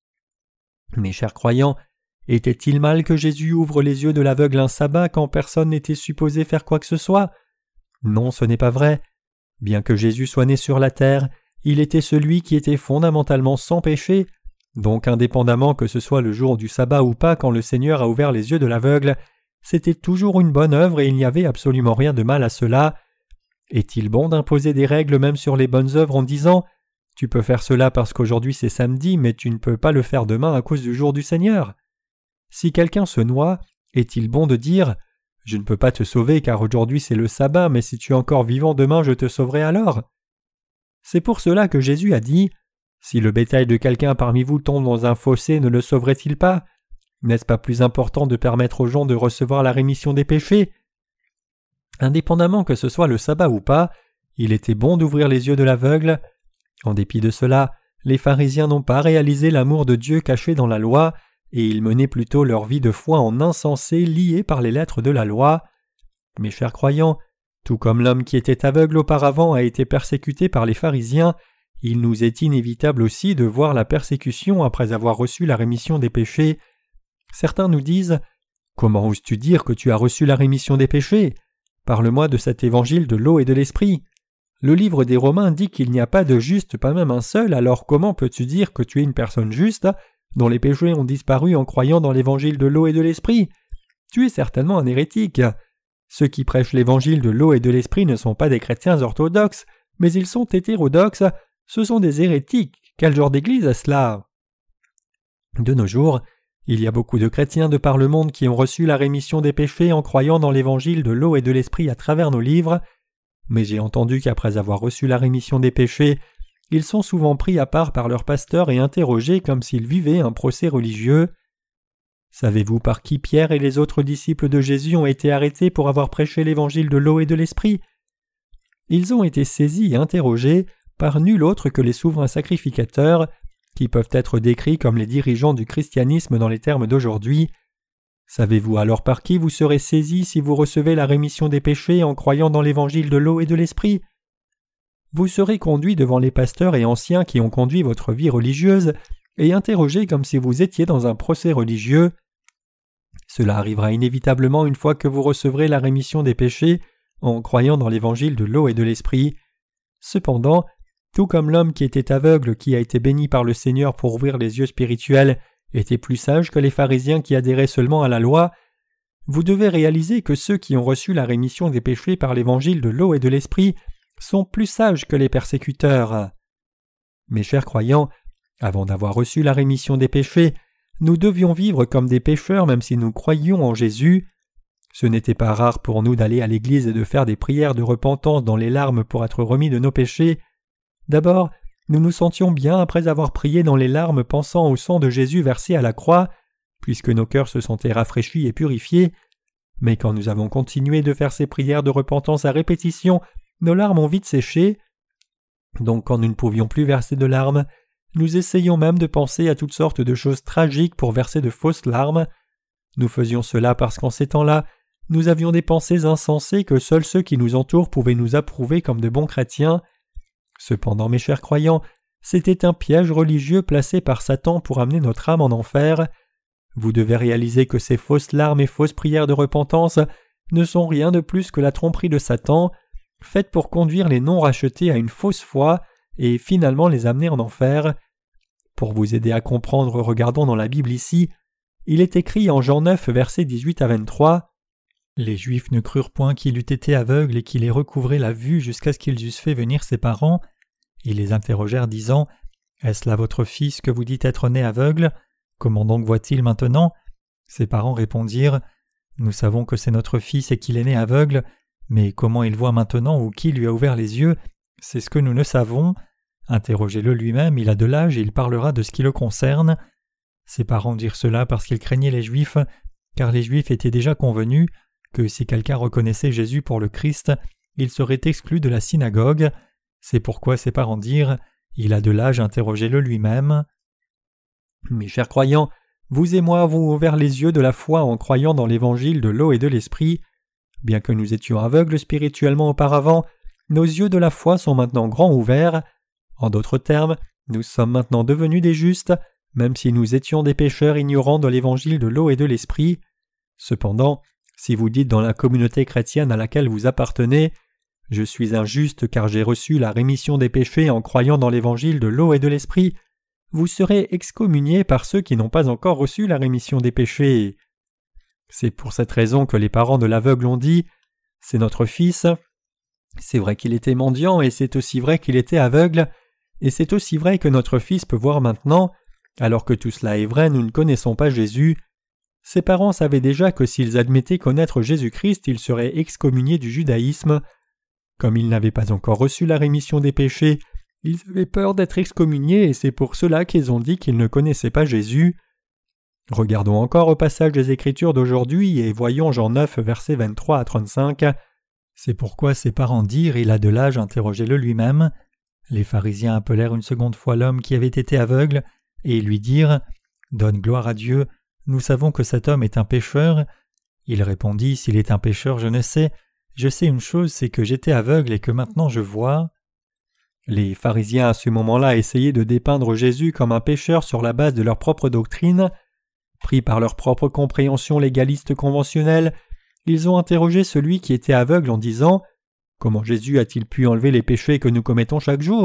Mes chers croyants, était-il mal que Jésus ouvre les yeux de l'aveugle un sabbat quand personne n'était supposé faire quoi que ce soit? Non, ce n'est pas vrai. Bien que Jésus soit né sur la terre, il était celui qui était fondamentalement sans péché, donc indépendamment que ce soit le jour du sabbat ou pas quand le Seigneur a ouvert les yeux de l'aveugle, c'était toujours une bonne œuvre et il n'y avait absolument rien de mal à cela. Est-il bon d'imposer des règles même sur les bonnes œuvres en disant « Tu peux faire cela parce qu'aujourd'hui c'est samedi, mais tu ne peux pas le faire demain à cause du jour du Seigneur ?» Si quelqu'un se noie, est-il bon de dire « Je ne peux pas te sauver car aujourd'hui c'est le sabbat, mais si tu es encore vivant demain je te sauverai alors ?» C'est pour cela que Jésus a dit « Si le bétail de quelqu'un parmi vous tombe dans un fossé, ne le sauverait-il pas ? N'est-ce pas plus important de permettre aux gens de recevoir la rémission des péchés ?» Indépendamment que ce soit le sabbat ou pas, il était bon d'ouvrir les yeux de l'aveugle. En dépit de cela, les pharisiens n'ont pas réalisé l'amour de Dieu caché dans la loi, et ils menaient plutôt leur vie de foi en insensés liés par les lettres de la loi. Mes chers croyants, tout comme l'homme qui était aveugle auparavant a été persécuté par les pharisiens, il nous est inévitable aussi de voir la persécution après avoir reçu la rémission des péchés. Certains nous disent « Comment oses-tu dire que tu as reçu la rémission des péchés ? Parle-moi de cet évangile de l'eau et de l'esprit. Le livre des Romains dit qu'il n'y a pas de juste, pas même un seul, alors comment peux-tu dire que tu es une personne juste, dont les péchés ont disparu en croyant dans l'évangile de l'eau et de l'esprit? Tu es certainement un hérétique. Ceux qui prêchent l'évangile de l'eau et de l'esprit ne sont pas des chrétiens orthodoxes, mais ils sont hétérodoxes, ce sont des hérétiques. Quel genre d'église est cela? De nos jours, il y a beaucoup de chrétiens de par le monde qui ont reçu la rémission des péchés en croyant dans l'évangile de l'eau et de l'esprit à travers nos livres, mais j'ai entendu qu'après avoir reçu la rémission des péchés, ils sont souvent pris à part par leur pasteur et interrogés comme s'ils vivaient un procès religieux. Savez-vous par qui Pierre et les autres disciples de Jésus ont été arrêtés pour avoir prêché l'évangile de l'eau et de l'esprit? Ils ont été saisis et interrogés par nul autre que les souverains sacrificateurs, qui peuvent être décrits comme les dirigeants du christianisme dans les termes d'aujourd'hui. Savez-vous alors par qui vous serez saisis si vous recevez la rémission des péchés en croyant dans l'évangile de l'eau et de l'esprit? Vous serez conduits devant les pasteurs et anciens qui ont conduit votre vie religieuse et interrogés comme si vous étiez dans un procès religieux. Cela arrivera inévitablement une fois que vous recevrez la rémission des péchés en croyant dans l'évangile de l'eau et de l'esprit. Cependant, tout comme l'homme qui était aveugle qui a été béni par le Seigneur pour ouvrir les yeux spirituels était plus sage que les pharisiens qui adhéraient seulement à la loi, vous devez réaliser que ceux qui ont reçu la rémission des péchés par l'évangile de l'eau et de l'esprit sont plus sages que les persécuteurs. Mes chers croyants, avant d'avoir reçu la rémission des péchés, nous devions vivre comme des pécheurs même si nous croyions en Jésus. Ce n'était pas rare pour nous d'aller à l'église et de faire des prières de repentance dans les larmes pour être remis de nos péchés. D'abord, nous nous sentions bien après avoir prié dans les larmes pensant au sang de Jésus versé à la croix, puisque nos cœurs se sentaient rafraîchis et purifiés. Mais quand nous avons continué de faire ces prières de repentance à répétition, nos larmes ont vite séché. Donc quand nous ne pouvions plus verser de larmes, nous essayions même de penser à toutes sortes de choses tragiques pour verser de fausses larmes. Nous faisions cela parce qu'en ces temps-là, nous avions des pensées insensées que seuls ceux qui nous entourent pouvaient nous approuver comme de bons chrétiens. Cependant, mes chers croyants, c'était un piège religieux placé par Satan pour amener notre âme en enfer. Vous devez réaliser que ces fausses larmes et fausses prières de repentance ne sont rien de plus que la tromperie de Satan, faite pour conduire les non-rachetés à une fausse foi et finalement les amener en enfer. Pour vous aider à comprendre, regardons dans la Bible ici. Il est écrit en Jean 9, versets 18 à 23. « Les Juifs ne crurent point qu'il eût été aveugle et qu'il ait recouvré la vue jusqu'à ce qu'ils eussent fait venir ses parents. Ils les interrogèrent, disant « Est-ce là votre fils que vous dites être né aveugle? Comment donc voit-il maintenant ?» Ses parents répondirent « Nous savons que c'est notre fils et qu'il est né aveugle, mais comment il voit maintenant ou qui lui a ouvert les yeux, c'est ce que nous ne savons. Interrogez-le lui-même, il a de l'âge et il parlera de ce qui le concerne. » Ses parents dirent cela parce qu'ils craignaient les Juifs, car les Juifs étaient déjà convenus que si quelqu'un reconnaissait Jésus pour le Christ, il serait exclu de la synagogue. C'est pourquoi ses parents dirent « Il a de l'âge, interrogez-le lui-même. » Mes chers croyants, vous et moi avons ouvert les yeux de la foi en croyant dans l'évangile de l'eau et de l'esprit. Bien que nous étions aveugles spirituellement auparavant, nos yeux de la foi sont maintenant grands ouverts. En d'autres termes, nous sommes maintenant devenus des justes, même si nous étions des pécheurs ignorants de l'évangile de l'eau et de l'esprit. Cependant, si vous dites dans la communauté chrétienne à laquelle vous appartenez « Je suis un juste car j'ai reçu la rémission des péchés en croyant dans l'évangile de l'eau et de l'esprit », vous serez excommuniés par ceux qui n'ont pas encore reçu la rémission des péchés. C'est pour cette raison que les parents de l'aveugle ont dit « C'est notre fils ». C'est vrai qu'il était mendiant et c'est aussi vrai qu'il était aveugle, et c'est aussi vrai que notre fils peut voir maintenant. Alors que tout cela est vrai, nous ne connaissons pas Jésus. Ses parents savaient déjà que s'ils admettaient connaître Jésus-Christ, ils seraient excommuniés du judaïsme. Comme ils n'avaient pas encore reçu la rémission des péchés, ils avaient peur d'être excommuniés et c'est pour cela qu'ils ont dit qu'ils ne connaissaient pas Jésus. Regardons encore au passage des Écritures d'aujourd'hui et voyons Jean 9, versets 23 à 35. C'est pourquoi ses parents dirent « Il a de l'âge, interrogez-le lui-même. » Les pharisiens appelèrent une seconde fois l'homme qui avait été aveugle et lui dirent « Donne gloire à Dieu, nous savons que cet homme est un pécheur. » Il répondit « S'il est un pécheur, je ne sais. Je sais une chose, c'est que j'étais aveugle et que maintenant je vois. » Les pharisiens à ce moment-là essayaient de dépeindre Jésus comme un pécheur sur la base de leur propre doctrine. Pris par leur propre compréhension légaliste conventionnelle, ils ont interrogé celui qui était aveugle en disant « Comment Jésus a-t-il pu enlever les péchés que nous commettons chaque jour ?»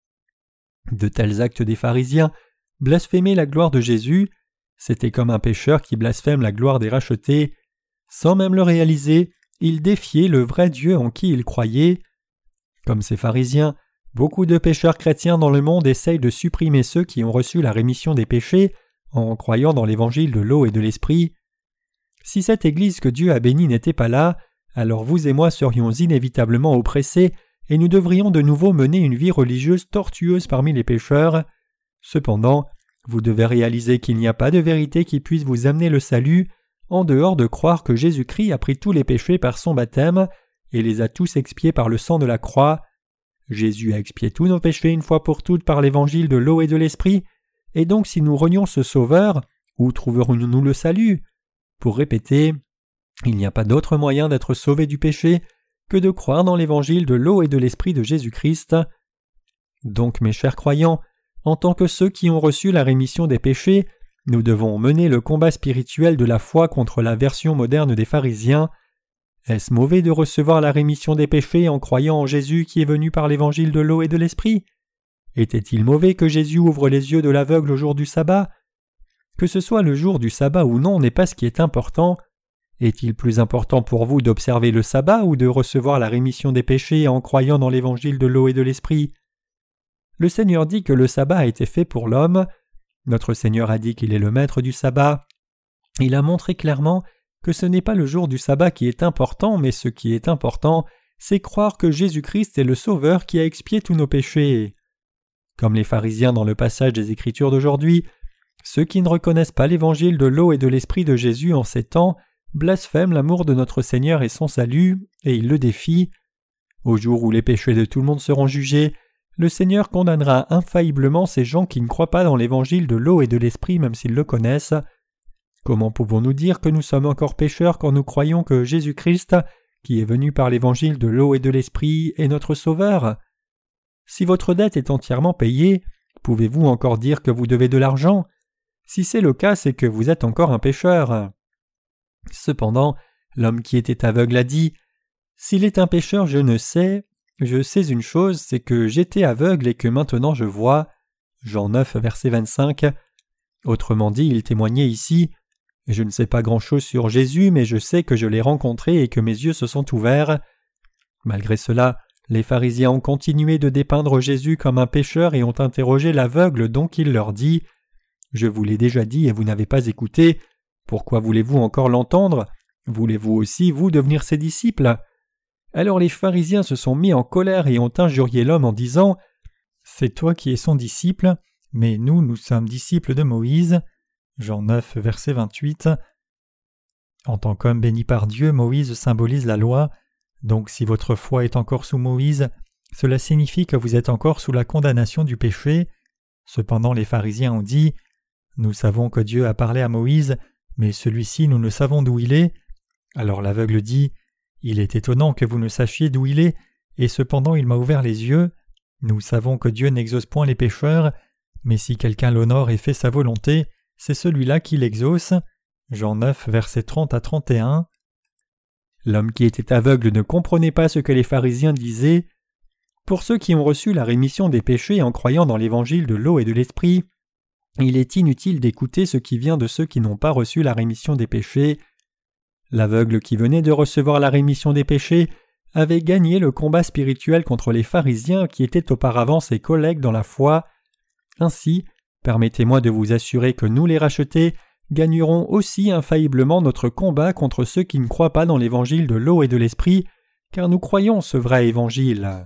De tels actes des pharisiens blasphémaient la gloire de Jésus. C'était comme un pécheur qui blasphème la gloire des rachetés. Sans même le réaliser, ils défiaient le vrai Dieu en qui ils croyaient. Comme ces pharisiens, beaucoup de pécheurs chrétiens dans le monde essayent de supprimer ceux qui ont reçu la rémission des péchés en croyant dans l'évangile de l'eau et de l'esprit. Si cette Église que Dieu a bénie n'était pas là, alors vous et moi serions inévitablement oppressés et nous devrions de nouveau mener une vie religieuse tortueuse parmi les pécheurs. Cependant, vous devez réaliser qu'il n'y a pas de vérité qui puisse vous amener le salut en dehors de croire que Jésus-Christ a pris tous les péchés par son baptême et les a tous expiés par le sang de la croix. Jésus a expié tous nos péchés une fois pour toutes par l'évangile de l'eau et de l'esprit, et donc si nous renions ce Sauveur, où trouverons-nous le salut? Pour répéter, il n'y a pas d'autre moyen d'être sauvé du péché que de croire dans l'évangile de l'eau et de l'esprit de Jésus-Christ. Donc, mes chers croyants, en tant que ceux qui ont reçu la rémission des péchés, nous devons mener le combat spirituel de la foi contre la version moderne des pharisiens. Est-ce mauvais de recevoir la rémission des péchés en croyant en Jésus qui est venu par l'évangile de l'eau et de l'esprit? Était-il mauvais que Jésus ouvre les yeux de l'aveugle au jour du sabbat? Que ce soit le jour du sabbat ou non n'est pas ce qui est important. Est-il plus important pour vous d'observer le sabbat ou de recevoir la rémission des péchés en croyant dans l'évangile de l'eau et de l'esprit? Le Seigneur dit que le sabbat a été fait pour l'homme. Notre Seigneur a dit qu'il est le maître du sabbat. Il a montré clairement que ce n'est pas le jour du sabbat qui est important, mais ce qui est important, c'est croire que Jésus-Christ est le Sauveur qui a expié tous nos péchés. Comme les pharisiens dans le passage des Écritures d'aujourd'hui, ceux qui ne reconnaissent pas l'évangile de l'eau et de l'esprit de Jésus en ces temps blasphèment l'amour de notre Seigneur et son salut, et ils le défient. Au jour où les péchés de tout le monde seront jugés, le Seigneur condamnera infailliblement ces gens qui ne croient pas dans l'évangile de l'eau et de l'esprit même s'ils le connaissent. Comment pouvons-nous dire que nous sommes encore pécheurs quand nous croyons que Jésus-Christ, qui est venu par l'évangile de l'eau et de l'esprit, est notre Sauveur? Si votre dette est entièrement payée, pouvez-vous encore dire que vous devez de l'argent? Si c'est le cas, c'est que vous êtes encore un pécheur. Cependant, l'homme qui était aveugle a dit « S'il est un pécheur, je ne sais. je sais une chose, c'est que j'étais aveugle et que maintenant je vois. Jean 9, verset 25. Autrement dit, il témoignait ici « Je ne sais pas grand-chose sur Jésus, mais je sais que je l'ai rencontré et que mes yeux se sont ouverts. » Malgré cela, les pharisiens ont continué de dépeindre Jésus comme un pécheur et ont interrogé l'aveugle, donc il leur dit « Je vous l'ai déjà dit et vous n'avez pas écouté. Pourquoi voulez-vous encore l'entendre? Voulez-vous aussi, vous, devenir ses disciples ?» Alors les pharisiens se sont mis en colère et ont injurié l'homme en disant « C'est toi qui es son disciple, mais nous sommes disciples de Moïse. » Jean 9, verset 28. En tant qu'homme béni par Dieu, Moïse symbolise la loi. Donc si votre foi est encore sous Moïse, cela signifie que vous êtes encore sous la condamnation du péché. Cependant les pharisiens ont dit « Nous savons que Dieu a parlé à Moïse, mais celui-ci nous ne savons d'où il est. » Alors l'aveugle dit « Il est étonnant que vous ne sachiez d'où il est, et cependant il m'a ouvert les yeux. Nous savons que Dieu n'exauce point les pécheurs, mais si quelqu'un l'honore et fait sa volonté, c'est celui-là qui l'exauce. » Jean 9, versets 30 à 31. L'homme qui était aveugle ne comprenait pas ce que les pharisiens disaient. Pour ceux qui ont reçu la rémission des péchés en croyant dans l'évangile de l'eau et de l'esprit, il est inutile d'écouter ce qui vient de ceux qui n'ont pas reçu la rémission des péchés. L'aveugle qui venait de recevoir la rémission des péchés avait gagné le combat spirituel contre les pharisiens qui étaient auparavant ses collègues dans la foi. Ainsi, permettez-moi de vous assurer que nous les rachetés gagnerons aussi infailliblement notre combat contre ceux qui ne croient pas dans l'évangile de l'eau et de l'esprit, car nous croyons ce vrai évangile.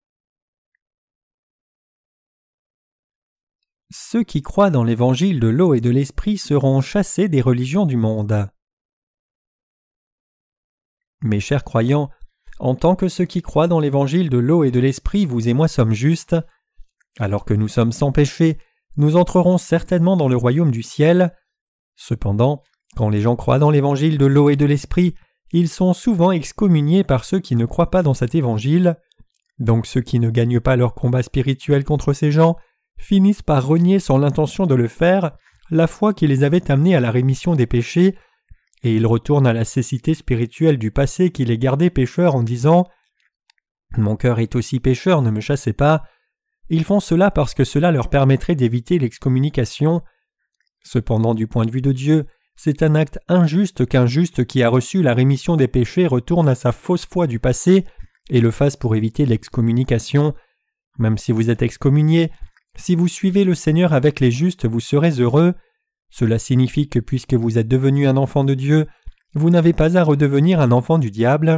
Ceux qui croient dans l'évangile de l'eau et de l'esprit seront chassés des religions du monde. Mes chers croyants, en tant que ceux qui croient dans l'évangile de l'eau et de l'esprit, vous et moi sommes justes. Alors que nous sommes sans péché, nous entrerons certainement dans le royaume du ciel. Cependant, quand les gens croient dans l'évangile de l'eau et de l'esprit, ils sont souvent excommuniés par ceux qui ne croient pas dans cet évangile. Donc ceux qui ne gagnent pas leur combat spirituel contre ces gens finissent par renier sans l'intention de le faire la foi qui les avait amenés à la rémission des péchés, et ils retournent à la cécité spirituelle du passé qui les gardait pécheurs en disant « Mon cœur est aussi pécheur, ne me chassez pas ». Ils font cela parce que cela leur permettrait d'éviter l'excommunication. Cependant, du point de vue de Dieu, c'est un acte injuste qu'un juste qui a reçu la rémission des péchés retourne à sa fausse foi du passé et le fasse pour éviter l'excommunication. Même si vous êtes excommunié, si vous suivez le Seigneur avec les justes, vous serez heureux. Cela signifie que puisque vous êtes devenu un enfant de Dieu, vous n'avez pas à redevenir un enfant du diable.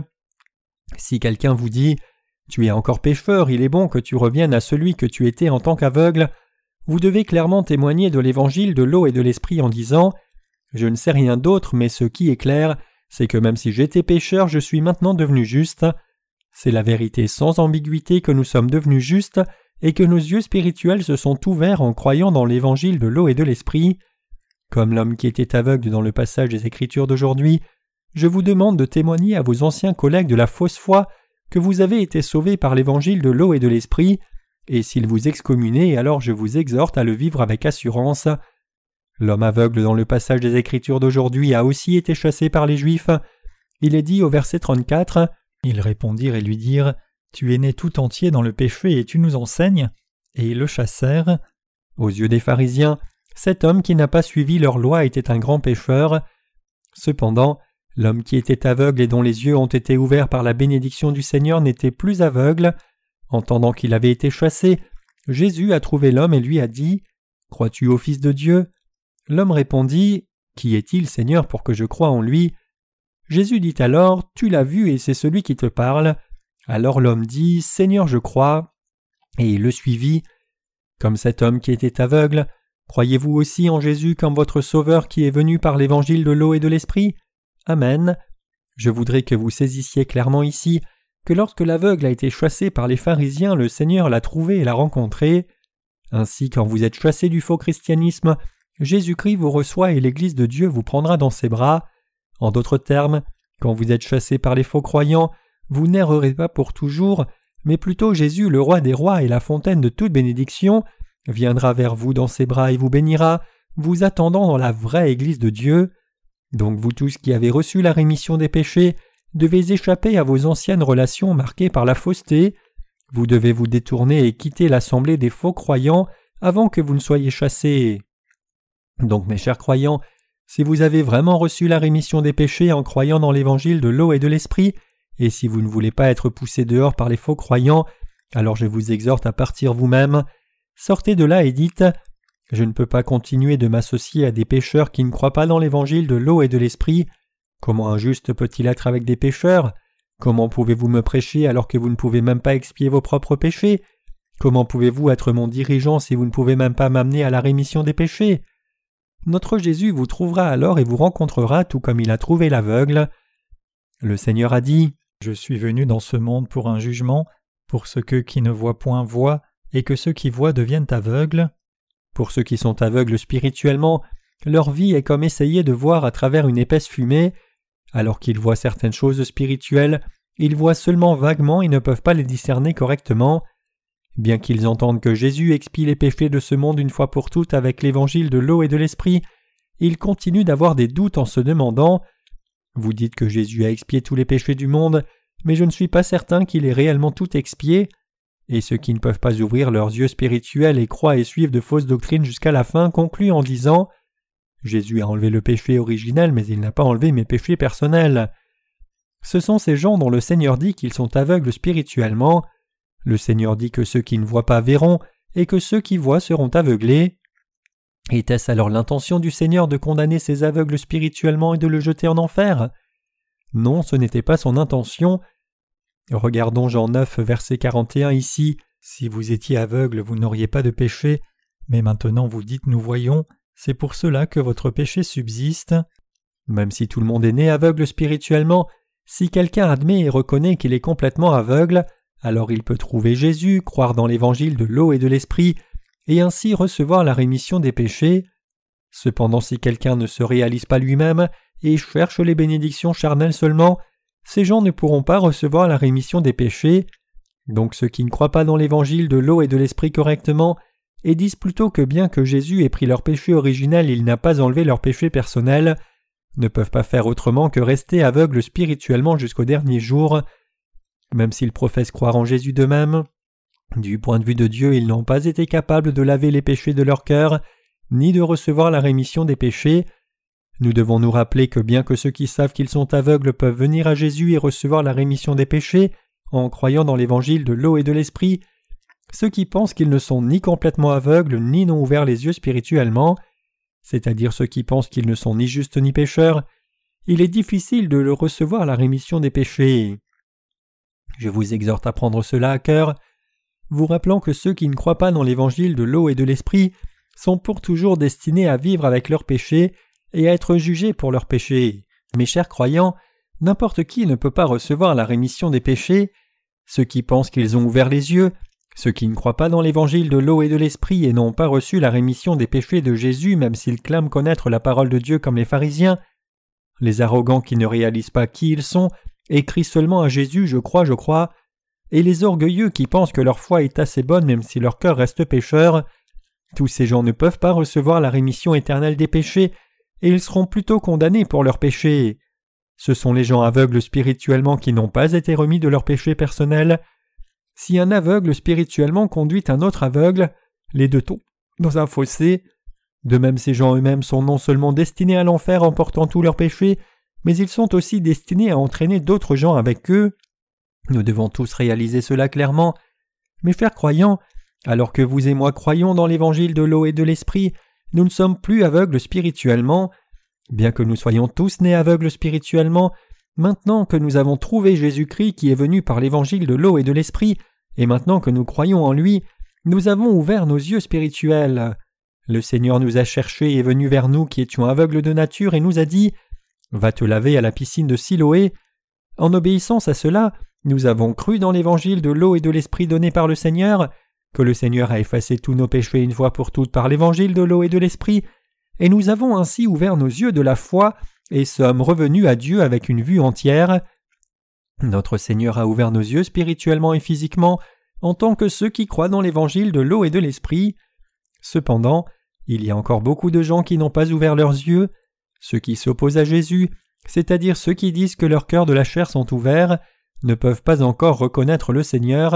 Si quelqu'un vous dit « Tu es encore pécheur, il est bon que tu reviennes à celui que tu étais en tant qu'aveugle », vous devez clairement témoigner de l'évangile de l'eau et de l'esprit en disant « Je ne sais rien d'autre, mais ce qui est clair, c'est que même si j'étais pécheur, je suis maintenant devenu juste. » C'est la vérité sans ambiguïté que nous sommes devenus justes et que nos yeux spirituels se sont ouverts en croyant dans l'évangile de l'eau et de l'esprit. Comme l'homme qui était aveugle dans le passage des Écritures d'aujourd'hui, je vous demande de témoigner à vos anciens collègues de la fausse foi que vous avez été sauvés par l'évangile de l'eau et de l'esprit, et s'ils vous excommunient, alors je vous exhorte à le vivre avec assurance. L'homme aveugle dans le passage des Écritures d'aujourd'hui a aussi été chassé par les Juifs. Il est dit au verset 34, « Ils répondirent et lui dirent, « Tu es né tout entier dans le péché et tu nous enseignes ?» Et ils le chassèrent. Aux yeux des pharisiens, cet homme qui n'a pas suivi leur loi était un grand pécheur. Cependant, l'homme qui était aveugle et dont les yeux ont été ouverts par la bénédiction du Seigneur n'était plus aveugle. Entendant qu'il avait été chassé, Jésus a trouvé l'homme et lui a dit « Crois-tu au Fils de Dieu ?» L'homme répondit « Qui est-il, Seigneur, pour que je croie en lui ?» Jésus dit alors « Tu l'as vu et c'est celui qui te parle. » Alors l'homme dit « Seigneur, je crois. » Et il le suivit. Comme cet homme qui était aveugle, croyez-vous aussi en Jésus comme votre Sauveur qui est venu par l'évangile de l'eau et de l'esprit? Amen. Je voudrais que vous saisissiez clairement ici que lorsque l'aveugle a été chassé par les pharisiens, le Seigneur l'a trouvé et l'a rencontré. Ainsi, quand vous êtes chassé du faux christianisme, Jésus-Christ vous reçoit et l'Église de Dieu vous prendra dans ses bras. En d'autres termes, quand vous êtes chassé par les faux croyants, vous n'errerez pas pour toujours, mais plutôt Jésus, le roi des rois et la fontaine de toute bénédiction, viendra vers vous dans ses bras et vous bénira, vous attendant dans la vraie Église de Dieu. Donc vous tous qui avez reçu la rémission des péchés, devez échapper à vos anciennes relations marquées par la fausseté. Vous devez vous détourner et quitter l'assemblée des faux croyants avant que vous ne soyez chassés. Donc mes chers croyants, si vous avez vraiment reçu la rémission des péchés en croyant dans l'évangile de l'eau et de l'esprit, et si vous ne voulez pas être poussés dehors par les faux croyants, alors je vous exhorte à partir vous-même. Sortez de là et dites « Je ne peux pas continuer de m'associer à des pécheurs qui ne croient pas dans l'évangile de l'eau et de l'esprit. Comment un juste peut-il être avec des pécheurs ? Comment pouvez-vous me prêcher alors que vous ne pouvez même pas expier vos propres péchés ? Comment pouvez-vous être mon dirigeant si vous ne pouvez même pas m'amener à la rémission des péchés ? Notre Jésus vous trouvera alors et vous rencontrera tout comme il a trouvé l'aveugle. Le Seigneur a dit « Je suis venu dans ce monde pour un jugement, pour ceux qui ne voient point voient, et que ceux qui voient deviennent aveugles. » Pour ceux qui sont aveugles spirituellement, leur vie est comme essayer de voir à travers une épaisse fumée. Alors qu'ils voient certaines choses spirituelles, ils voient seulement vaguement et ne peuvent pas les discerner correctement. Bien qu'ils entendent que Jésus expie les péchés de ce monde une fois pour toutes avec l'évangile de l'eau et de l'esprit, ils continuent d'avoir des doutes en se demandant « Vous dites que Jésus a expié tous les péchés du monde, mais je ne suis pas certain qu'il ait réellement tout expié. » Et ceux qui ne peuvent pas ouvrir leurs yeux spirituels et croient et suivent de fausses doctrines jusqu'à la fin concluent en disant « Jésus a enlevé le péché originel, mais il n'a pas enlevé mes péchés personnels. » Ce sont ces gens dont le Seigneur dit qu'ils sont aveugles spirituellement. Le Seigneur dit que ceux qui ne voient pas verront, et que ceux qui voient seront aveuglés. Était-ce alors l'intention du Seigneur de condamner ces aveugles spirituellement et de le jeter en enfer ? Non, ce n'était pas son intention. Regardons Jean 9, verset 41 ici. « Si vous étiez aveugle, vous n'auriez pas de péché, mais maintenant vous dites nous voyons, c'est pour cela que votre péché subsiste. » Même si tout le monde est né aveugle spirituellement, si quelqu'un admet et reconnaît qu'il est complètement aveugle, alors il peut trouver Jésus, croire dans l'évangile de l'eau et de l'esprit, et ainsi recevoir la rémission des péchés. Cependant, si quelqu'un ne se réalise pas lui-même et cherche les bénédictions charnelles seulement, ces gens ne pourront pas recevoir la rémission des péchés. Donc ceux qui ne croient pas dans l'évangile de l'eau et de l'esprit correctement, et disent plutôt que bien que Jésus ait pris leur péché originel, il n'a pas enlevé leur péché personnel, ne peuvent pas faire autrement que rester aveugles spirituellement jusqu'au dernier jour. Même s'ils professent croire en Jésus d'eux-mêmes, du point de vue de Dieu, ils n'ont pas été capables de laver les péchés de leur cœur, ni de recevoir la rémission des péchés. Nous devons nous rappeler que bien que ceux qui savent qu'ils sont aveugles peuvent venir à Jésus et recevoir la rémission des péchés en croyant dans l'évangile de l'eau et de l'esprit, ceux qui pensent qu'ils ne sont ni complètement aveugles ni n'ont ouvert les yeux spirituellement, c'est-à-dire ceux qui pensent qu'ils ne sont ni justes ni pécheurs, il est difficile de leur recevoir la rémission des péchés. Je vous exhorte à prendre cela à cœur, vous rappelant que ceux qui ne croient pas dans l'évangile de l'eau et de l'esprit sont pour toujours destinés à vivre avec leurs péchés et à être jugés pour leurs péchés. Mes chers croyants, n'importe qui ne peut pas recevoir la rémission des péchés. Ceux qui pensent qu'ils ont ouvert les yeux, ceux qui ne croient pas dans l'évangile de l'eau et de l'esprit et n'ont pas reçu la rémission des péchés de Jésus même s'ils clament connaître la parole de Dieu comme les pharisiens, les arrogants qui ne réalisent pas qui ils sont et crient seulement à Jésus « Je crois », et les orgueilleux qui pensent que leur foi est assez bonne même si leur cœur reste pécheur, tous ces gens ne peuvent pas recevoir la rémission éternelle des péchés et ils seront plutôt condamnés pour leurs péchés. Ce sont les gens aveugles spirituellement qui n'ont pas été remis de leurs péchés personnels. Si un aveugle spirituellement conduit un autre aveugle, les deux tombent dans un fossé. De même, ces gens eux-mêmes sont non seulement destinés à l'enfer en portant tous leurs péchés, mais ils sont aussi destinés à entraîner d'autres gens avec eux. Nous devons tous réaliser cela clairement. Mes frères croyants, alors que vous et moi croyons dans l'évangile de l'eau et de l'esprit, nous ne sommes plus aveugles spirituellement. Bien que nous soyons tous nés aveugles spirituellement, maintenant que nous avons trouvé Jésus-Christ qui est venu par l'évangile de l'eau et de l'esprit, et maintenant que nous croyons en lui, nous avons ouvert nos yeux spirituels. Le Seigneur nous a cherchés et est venu vers nous qui étions aveugles de nature et nous a dit « Va te laver à la piscine de Siloé ». En obéissance à cela, nous avons cru dans l'évangile de l'eau et de l'esprit donné par le Seigneur, que le Seigneur a effacé tous nos péchés une fois pour toutes par l'évangile de l'eau et de l'esprit, et nous avons ainsi ouvert nos yeux de la foi et sommes revenus à Dieu avec une vue entière. Notre Seigneur a ouvert nos yeux spirituellement et physiquement en tant que ceux qui croient dans l'évangile de l'eau et de l'esprit. Cependant, il y a encore beaucoup de gens qui n'ont pas ouvert leurs yeux. Ceux qui s'opposent à Jésus, c'est-à-dire ceux qui disent que leurs cœurs de la chair sont ouverts, ne peuvent pas encore reconnaître le Seigneur,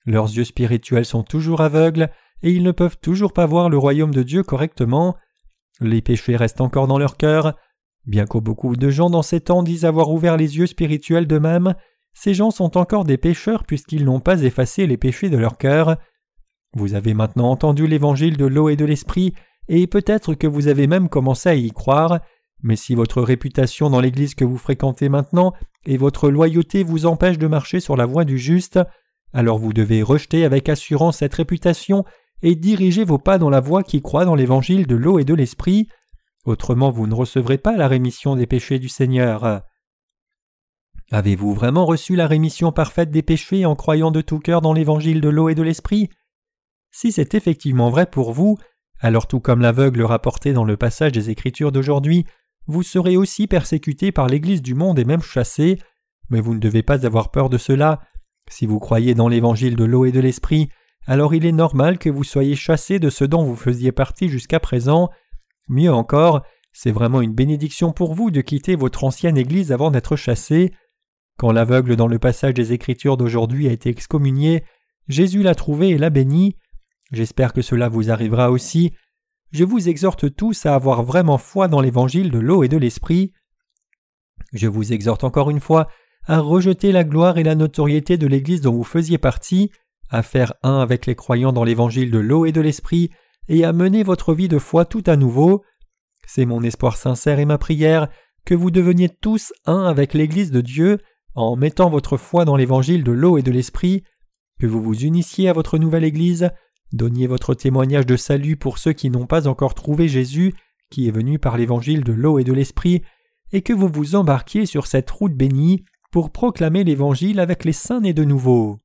Leurs yeux spirituels sont toujours aveugles et ils ne peuvent toujours pas voir le royaume de Dieu correctement. Les péchés restent encore dans leur cœur. Bien que beaucoup de gens dans ces temps disent avoir ouvert les yeux spirituels d'eux-mêmes, ces gens sont encore des pécheurs puisqu'ils n'ont pas effacé les péchés de leur cœur. Vous avez maintenant entendu l'évangile de l'eau et de l'esprit, et peut-être que vous avez même commencé à y croire, mais si votre réputation dans l'église que vous fréquentez maintenant et votre loyauté vous empêchent de marcher sur la voie du juste, alors vous devez rejeter avec assurance cette réputation et diriger vos pas dans la voie qui croit dans l'évangile de l'eau et de l'esprit. Autrement vous ne recevrez pas la rémission des péchés du Seigneur. Avez-vous vraiment reçu la rémission parfaite des péchés en croyant de tout cœur dans l'évangile de l'eau et de l'esprit? Si c'est effectivement vrai pour vous, alors tout comme l'aveugle rapporté dans le passage des Écritures d'aujourd'hui, vous serez aussi persécuté par l'Église du monde et même chassé, mais vous ne devez pas avoir peur de cela. Si vous croyez dans l'évangile de l'eau et de l'esprit, alors il est normal que vous soyez chassé de ce dont vous faisiez partie jusqu'à présent. Mieux encore, c'est vraiment une bénédiction pour vous de quitter votre ancienne Église avant d'être chassé. Quand l'aveugle dans le passage des Écritures d'aujourd'hui a été excommunié, Jésus l'a trouvé et l'a béni. J'espère que cela vous arrivera aussi. Je vous exhorte tous à avoir vraiment foi dans l'évangile de l'eau et de l'esprit. Je vous exhorte encore une fois à rejeter la gloire et la notoriété de l'Église dont vous faisiez partie, à faire un avec les croyants dans l'évangile de l'eau et de l'esprit, et à mener votre vie de foi tout à nouveau. C'est mon espoir sincère et ma prière que vous deveniez tous un avec l'Église de Dieu, en mettant votre foi dans l'évangile de l'eau et de l'esprit, que vous vous unissiez à votre nouvelle Église, donniez votre témoignage de salut pour ceux qui n'ont pas encore trouvé Jésus, qui est venu par l'évangile de l'eau et de l'esprit, et que vous vous embarquiez sur cette route bénie pour proclamer l'évangile avec les saints nés de nouveau.